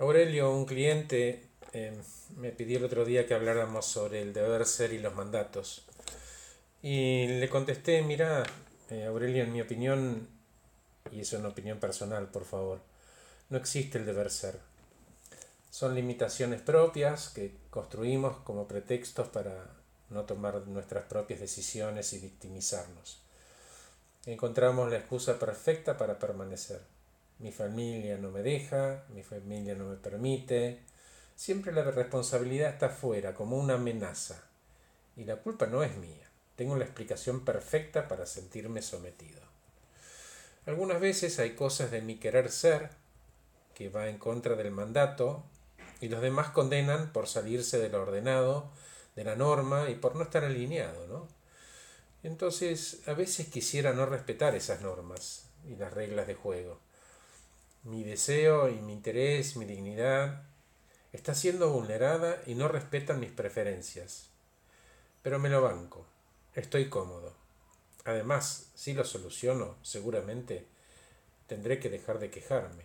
Aurelio, un cliente, me pidió el otro día que habláramos sobre el deber ser y los mandatos. Y le contesté, mira, Aurelio, en mi opinión, y es una opinión personal, por favor, no existe el deber ser. Son limitaciones propias que construimos como pretextos para no tomar nuestras propias decisiones y victimizarnos. Encontramos la excusa perfecta para permanecer. Mi familia no me deja, mi familia no me permite. Siempre la responsabilidad está afuera, como una amenaza. Y la culpa no es mía. Tengo la explicación perfecta para sentirme sometido. Algunas veces hay cosas de mi querer ser que va en contra del mandato y los demás condenan por salirse de lo ordenado, de la norma y por no estar alineado, ¿no? Entonces, a veces quisiera no respetar esas normas y las reglas de juego. Mi deseo y mi interés, mi dignidad, está siendo vulnerada y no respetan mis preferencias. Pero me lo banco. Estoy cómodo. Además, si lo soluciono, seguramente tendré que dejar de quejarme.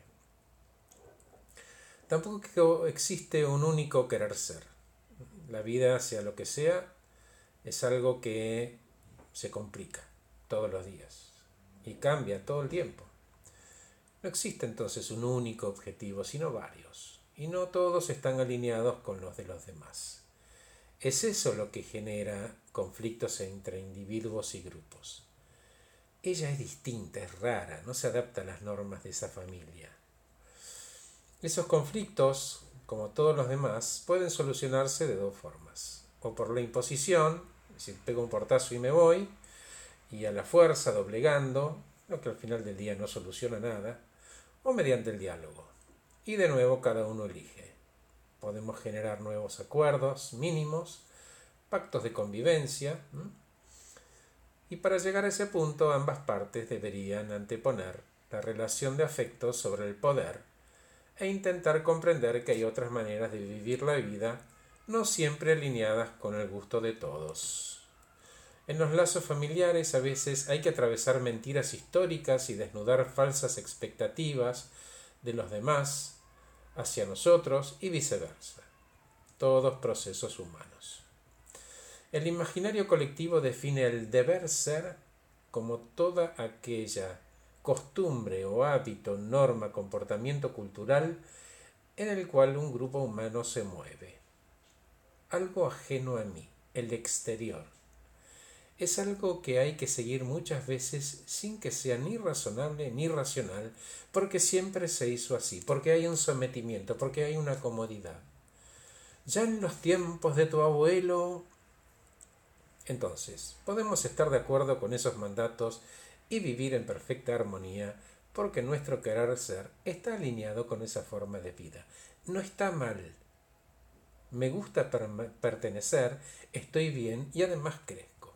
Tampoco existe un único querer ser. La vida, sea lo que sea, es algo que se complica todos los días y cambia todo el tiempo. No existe entonces un único objetivo, sino varios, y no todos están alineados con los de los demás. Es eso lo que genera conflictos entre individuos y grupos. Ella es distinta, es rara, no se adapta a las normas de esa familia. Esos conflictos, como todos los demás, pueden solucionarse de dos formas. O por la imposición, es decir, pego un portazo y me voy, y a la fuerza, doblegando, lo que al final del día no soluciona nada, o mediante el diálogo. Y de nuevo cada uno elige. Podemos generar nuevos acuerdos mínimos, pactos de convivencia, y para llegar a ese punto ambas partes deberían anteponer la relación de afecto sobre el poder e intentar comprender que hay otras maneras de vivir la vida no siempre alineadas con el gusto de todos. En los lazos familiares a veces hay que atravesar mentiras históricas y desnudar falsas expectativas de los demás hacia nosotros y viceversa. Todos procesos humanos. El imaginario colectivo define el deber ser como toda aquella costumbre o hábito, norma, comportamiento cultural en el cual un grupo humano se mueve. Algo ajeno a mí, el exterior. Es algo que hay que seguir muchas veces sin que sea ni razonable ni racional, porque siempre se hizo así, porque hay un sometimiento, porque hay una comodidad. Ya en los tiempos de tu abuelo. Entonces, podemos estar de acuerdo con esos mandatos y vivir en perfecta armonía porque nuestro querer ser está alineado con esa forma de vida. No está mal. Me gusta pertenecer, estoy bien y además crezco.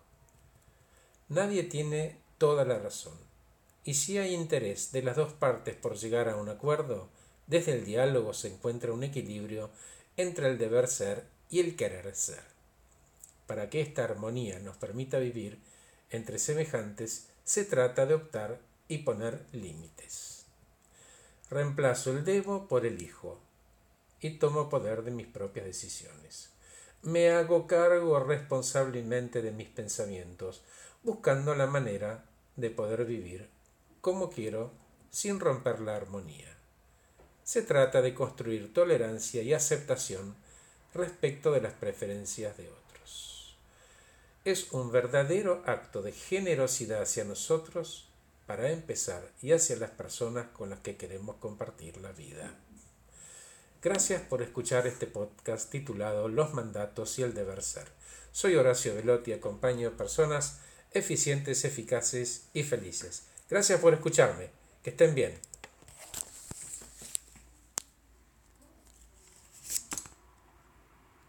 Nadie tiene toda la razón. Y si hay interés de las dos partes por llegar a un acuerdo, desde el diálogo se encuentra un equilibrio entre el deber ser y el querer ser. Para que esta armonía nos permita vivir entre semejantes, se trata de optar y poner límites. Reemplazo el debo por el hijo y tomo poder de mis propias decisiones. Me hago cargo responsablemente de mis pensamientos, buscando la manera de poder vivir como quiero sin romper la armonía. Se trata de construir tolerancia y aceptación respecto de las preferencias de otros. Es un verdadero acto de generosidad hacia nosotros para empezar y hacia las personas con las que queremos compartir la vida. Gracias por escuchar este podcast titulado Los mandatos y el deber ser. Soy Horacio Velotti y acompaño personas eficientes, eficaces y felices. Gracias por escucharme. Que estén bien.